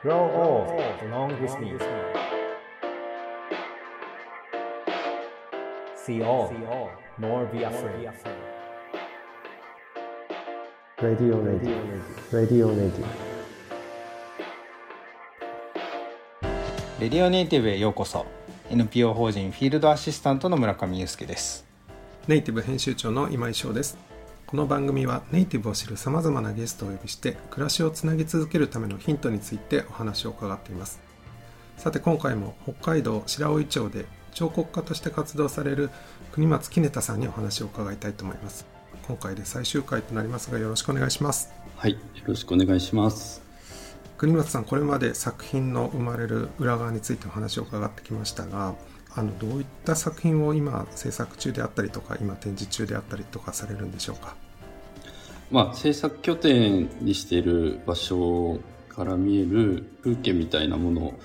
Grow old along with me. See all, nor be afraid. Radio Native。 レディオネイティブへようこそ。 NPO 法人フィールドアシスタントの村上祐介です。 ネイティブ編集長の今井翔です。この番組はネイティブを知るさまざまなゲストをお呼びして暮らしをつなぎ続けるためのヒントについてお話を伺っています。さて今回も北海道白老町で彫刻家として活動される国松杵太さんにお話を伺いたいと思います。今回で最終回となりますがよろしくお願いします。 はい、よろしくお願いします。 国松さん、これまで作品の生まれる裏側についてお話を伺ってきましたが、どういった作品を今制作中であったりとか今展示中であったりとかされるんでしょうか。 制作拠点にしている場所から見える風景みたいなもの、こ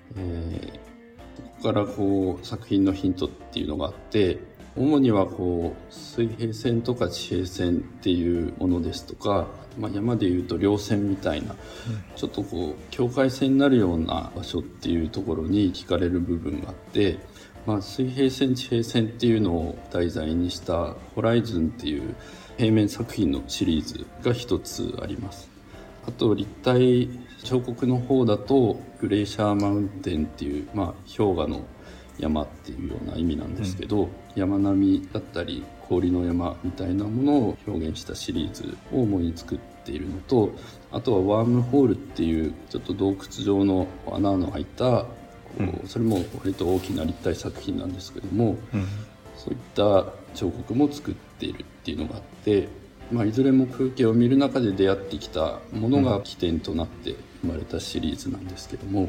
こから作品のヒントっていうのがあって、主には水平線とか地平線っていうものですとか、山でいうと稜線みたいな、ちょっと境界線になるような場所っていうところに惹かれる部分があって、水平線地平線っていうのを題材にしたホライズンっていう平面作品のシリーズが一つあります。あと立体彫刻の方だとグレーシャーマウンテンっていう、氷河の山っていうような意味なんですけど、山並みだったり氷の山みたいなものを表現したシリーズを主に作っているのと、あとはワームホールっていうちょっと洞窟状の穴の開いたそれも割と大きな立体作品なんですけども、そういった彫刻も作っているっていうのがあって、いずれも風景を見る中で出会ってきたものが起点となって生まれたシリーズなんですけども、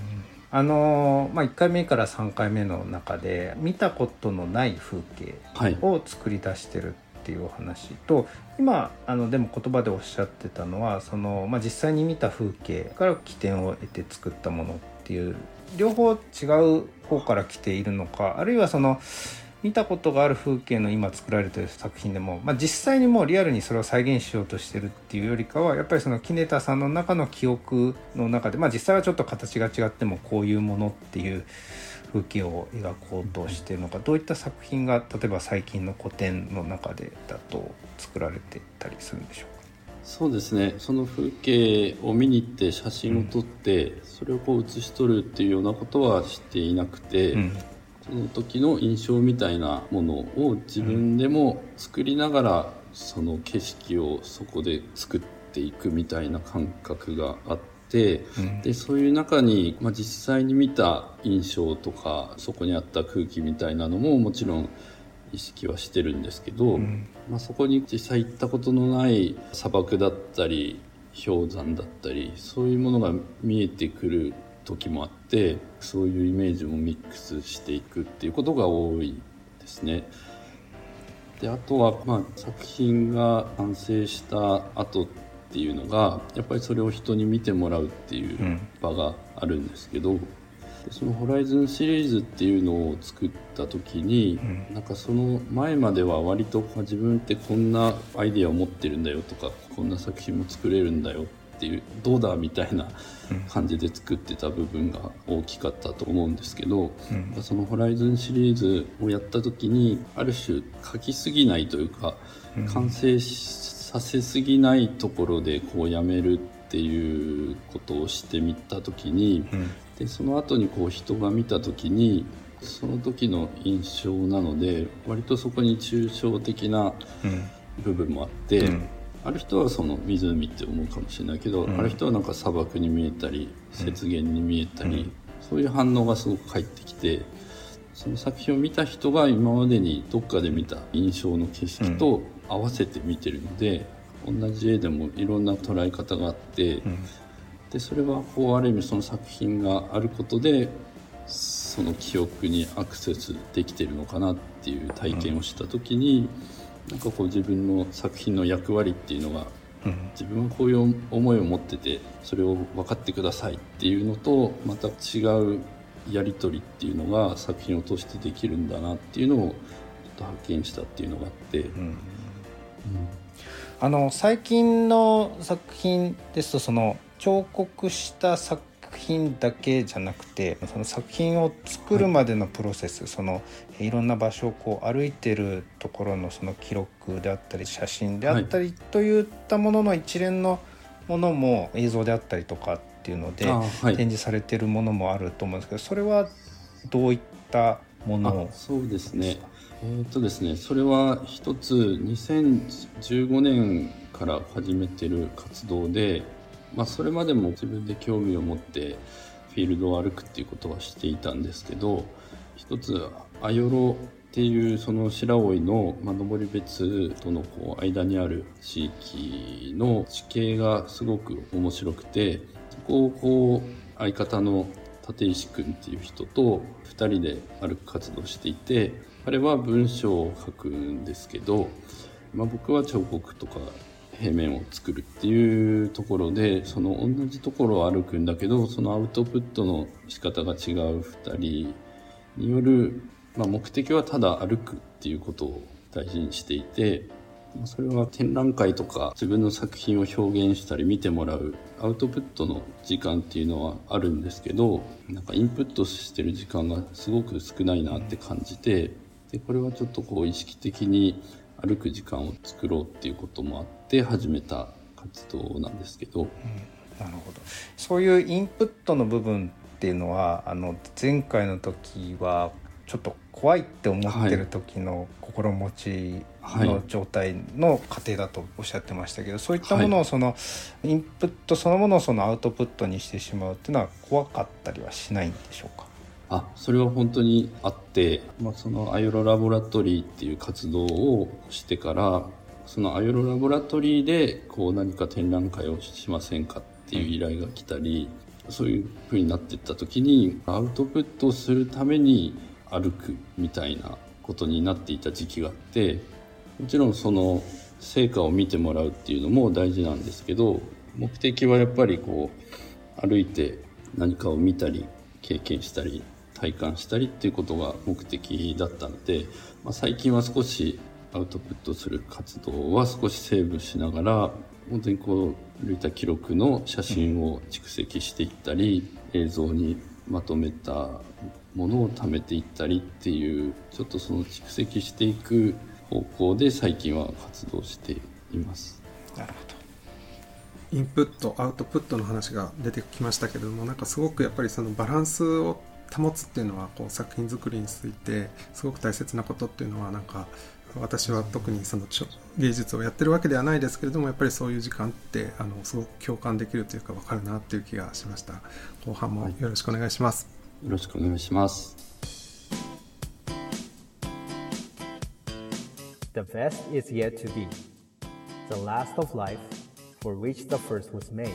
1回目から3回目の中で見たことのない風景を作り出してるっていうお話と、今でも言葉でおっしゃってたのは実際に見た風景から起点を得て作ったものっていう、両方違う方から来ているのか、あるいは見たことがある風景の今作られている作品でも、実際にもうリアルにそれを再現しようとしてるっていうよりかは、やっぱり杵太さんの中の記憶の中で、実際はちょっと形が違ってもこういうものっていう風景を描こうとしているのか、どういった作品が例えば最近の古典の中でだと作られてたりするんでしょうか。 そうですね、その風景を見に行って写真を撮って、それを写し取るっていうようなことはしていなくて、その時の印象みたいなものを自分でも作りながらその景色をそこで作っていくみたいな感覚があって、でそういう中に、実際に見た印象とかそこにあった空気みたいなのももちろん意識はしてるんですけど、そこに実際行ったことのない砂漠だったり氷山だったり、そういうものが見えてくる時もあって、そういうイメージもミックスしていくっていうことが多いですね。であとは、作品が完成した後っていうのがやっぱりそれを人に見てもらうっていう場があるんですけど、そのホライズンシリーズっていうのを作った時に、その前までは割と自分ってこんなアイデアを持ってるんだよとか、こんな作品も作れるんだよっていう、どうだみたいな感じで作ってた部分が大きかったと思うんですけど、そのホライズンシリーズをやった時にある種描きすぎないというか、完成させすぎないところでやめるっていうことをしてみた時に、でその後に人が見た時にその時の印象なので割とそこに抽象的な部分もあって、ある人はその湖って思うかもしれないけど、ある人は砂漠に見えたり雪原に見えたり、そういう反応がすごく返ってきて、その作品を見た人が今までにどっかで見た印象の景色と合わせて見てるので、同じ絵でもいろんな捉え方があって、でそれはある意味その作品があることでその記憶にアクセスできてるのかなっていう体験をした時に、自分の作品の役割っていうのが、自分はこういう思いを持っててそれを分かってくださいっていうのとまた違うやり取りっていうのが作品を通してできるんだなっていうのをちょっと発見したっていうのがあって、 最近の作品ですと彫刻した作品だけじゃなくてその作品を作るまでのプロセス、そのいろんな場所をこう歩いてるところのその記録であったり写真であったりといったものの一連のものも映像であったりとかっていうので展示されているものもあると思うんですけど、それはどういったものを？ そうですね、ですね、それは一つ2015年から始めてる活動で、それまでも自分で興味を持ってフィールドを歩くっていうことはしていたんですけど、一つアヨロっていうその白老の登別との間にある地域の地形がすごく面白くて、そこを相方の立石くんっていう人と2人で歩く活動をしていて、彼は文章を書くんですけど、僕は彫刻とか平面を作るっていうところで、その同じところを歩くんだけど、そのアウトプットの仕方が違う2人による、目的はただ歩くっていうことを大事にしていて、それは展覧会とか自分の作品を表現したり見てもらうアウトプットの時間っていうのはあるんですけど、インプットしてる時間がすごく少ないなって感じて、でこれはちょっと意識的に歩く時間を作ろうっていうこともあって始めた活動なんですけど、 なるほど。そういうインプットの部分っていうのは前回の時はちょっと怖いって思ってる時の心持ちの状態の過程だとおっしゃってましたけど、そういったものをそのインプットそのものをそのアウトプットにしてしまうっていうのは怖かったりはしないんでしょうか？ それは本当にあって、そのアヨロラボラトリーっていう活動をしてから、そのアヨロラボラトリーで何か展覧会をしませんかっていう依頼が来たり、そういう風になっていった時にアウトプットをするために歩くみたいなことになっていた時期があって、もちろんその成果を見てもらうっていうのも大事なんですけど、目的はやっぱり歩いて何かを見たり経験したり体感したりっていうことが目的だったので、最近は少しアウトプットする活動は少しセーブしながら、本当に歩いた記録の写真を蓄積していったり、映像にまとめたものを貯めていったりっていう、ちょっとその蓄積していく方向で最近は活動しています。 なるほど。 インプットアウトプットの話が出てきましたけれども、すごくやっぱりそのバランスを保つっていうのは作品作りについてすごく大切なことっていうのは、私は特にその芸術をやってるわけではないですけれども、やっぱりそういう時間ってすごく共感できるというか分かるなっていう気がしました。後半もよろしくお願いします。 よろしくお願いします。 The best is yet to be, the last of life for which the first was made.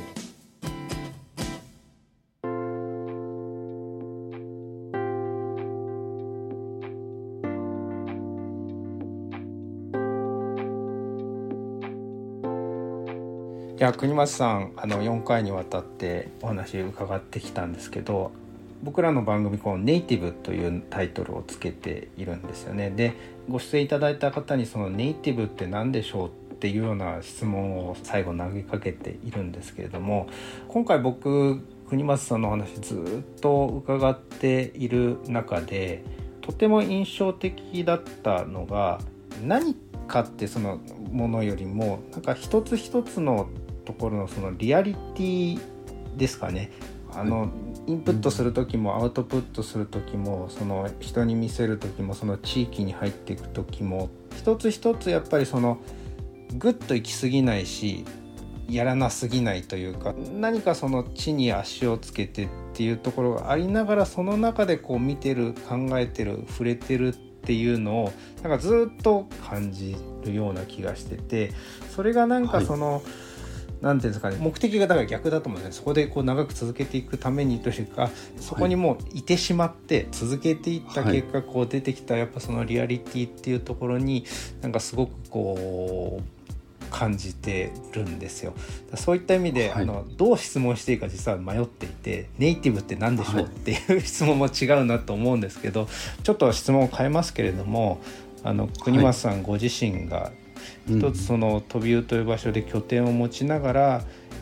いや、国松さん4回にわたってお話伺ってきたんですけど、僕らの番組ネイティブというタイトルをつけているんですよね。で、ご出演いただいた方にそのネイティブって何でしょうっていうような質問を最後投げかけているんですけれども、今回僕国松さんのお話ずっと伺っている中でとても印象的だったのが、何かってそのものよりも一つ一つのところのそのリアリティですかね。インプットする時もアウトプットする時も、その人に見せる時も、その地域に入っていく時も、一つ一つやっぱりそのグッと行き過ぎないしやらなすぎないというか、何かその地に足をつけてっていうところがありながら、その中で見てる、考えてる、触れてるっていうのをずっと感じるような気がしてて、それがその、なんていうんですかね、目的がだから逆だと思うんですね。そこで長く続けていくためにというか、そこにもういてしまって続けていった結果、出てきたやっぱそのリアリティっていうところにすごく感じてるんですよ。そういった意味で、どう質問していいか実は迷っていて、ネイティブって何でしょうっていう質問も違うなと思うんですけど、ちょっと質問を変えますけれども、国松さんご自身が一つその飛び湯という場所で拠点を持ちながらインプッ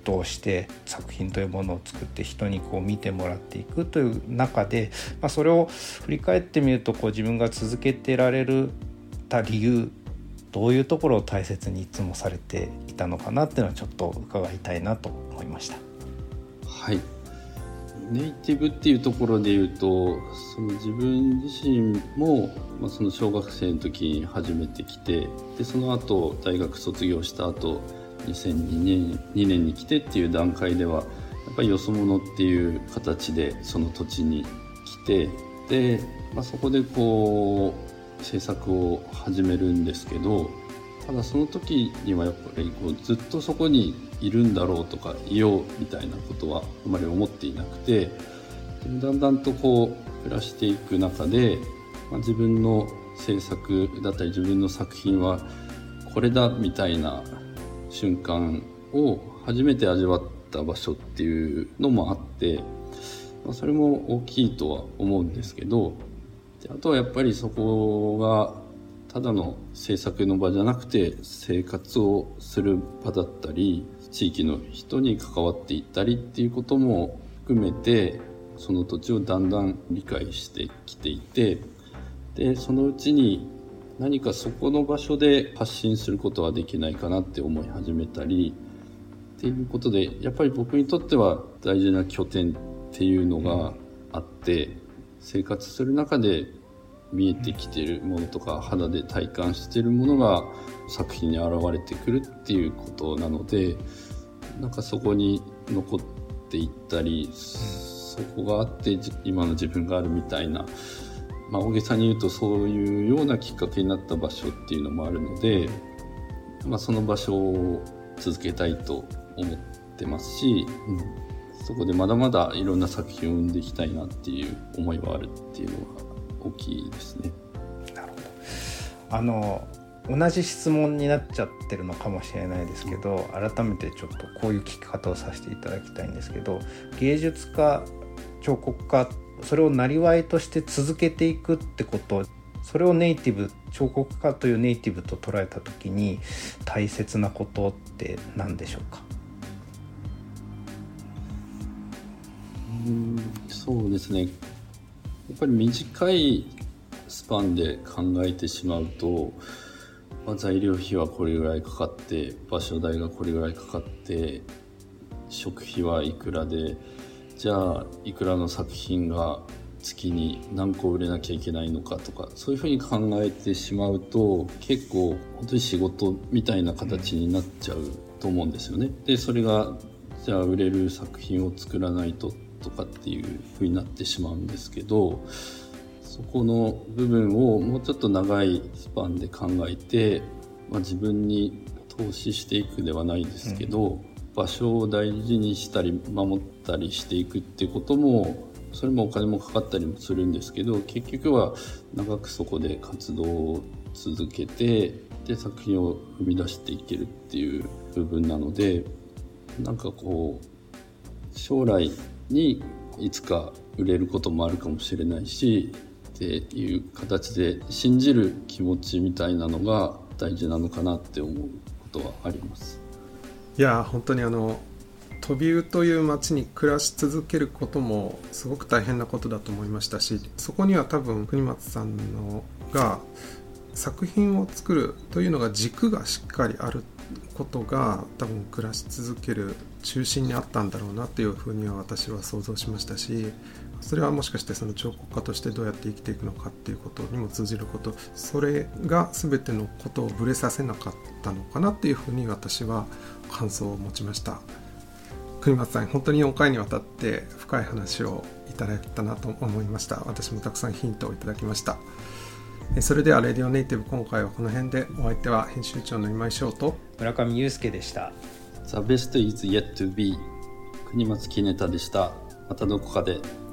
トして作品というものを作って人に見てもらっていくという中で、それを振り返ってみると自分が続けてられた理由、どういうところを大切にいつもされていたのかなっていうのはちょっと伺いたいなと思いました。 はい、ネイティブっていうところで言うと、その自分自身も、その小学生の時に初めて来て、でその後大学卒業した後2002年に来てっていう段階ではやっぱりよそ者っていう形でその土地に来て、で、そこで制作を始めるんですけど、ただその時にはやっぱりずっとそこにいるんだろうとかいようみたいなことはあまり思っていなくて、だんだんと暮らしていく中で、自分の制作だったり自分の作品はこれだみたいな瞬間を初めて味わった場所っていうのもあって、それも大きいとは思うんですけど、あとはやっぱりそこがただの制作の場じゃなくて生活をする場だったり、地域の人に関わっていったりっていうことも含めて、その土地をだんだん理解してきていて、でそのうちに何かそこの場所で発信することはできないかなって思い始めたりっていうことで、やっぱり僕にとっては大事な拠点っていうのがあって、生活する中で見えてきているものとか肌で体感しているものが作品に現れてくるっていうことなので、そこに残っていったり、そこがあって今の自分があるみたいな、大げさに言うとそういうようなきっかけになった場所っていうのもあるので、その場所を続けたいと思ってますし、そこでまだまだいろんな作品を生んでいきたいなっていう思いはあるっていうのが大きいですね。 なるほど。同じ質問になっちゃってるのかもしれないですけど、改めてちょっとこういう聞き方をさせていただきたいんですけど、芸術家、彫刻家、それを生業として続けていくってこと、それをネイティブ、彫刻家というネイティブと捉えた時に大切なことって何でしょうか？ そうですね、やっぱり短いスパンで考えてしまうと、材料費はこれぐらいかかって、場所代がこれぐらいかかって、食費はいくらで、じゃあいくらの作品が月に何個売れなきゃいけないのかとか、そういうふうに考えてしまうと結構本当に仕事みたいな形になっちゃうと思うんですよね。でそれがじゃあ売れる作品を作らないととかっていうふうになってしまうんですけど、そこの部分をもうちょっと長いスパンで考えて、自分に投資していくではないですけど、場所を大事にしたり守ったりしていくっていうことも、それもお金もかかったりもするんですけど、結局は長くそこで活動を続けて、で作品を生み出していけるっていう部分なので、将来にいつか売れることもあるかもしれないしっていう形で信じる気持ちみたいなのが大事なのかなって思うことはあります。 いや本当に飛び魚という町に暮らし続けることもすごく大変なことだと思いましたし、そこには多分国松さんのが作品を作るというのが軸がしっかりあることが多分暮らし続ける中心にあったんだろうなっていうふうには私は想像しましたし、それはもしかしてその彫刻家としてどうやって生きていくのかっていうことにも通じること、それが全てのことをぶれさせなかったのかなっていうふうに私は感想を持ちました。国松さん、本当に4回にわたって深い話をいただいたなと思いました。私もたくさんヒントをいただきました。それではレディオネイティブ、今回はこの辺で。お相手は編集長の今井翔と村上祐介でした。 The best is yet to be 国松杵太でした。またどこかで。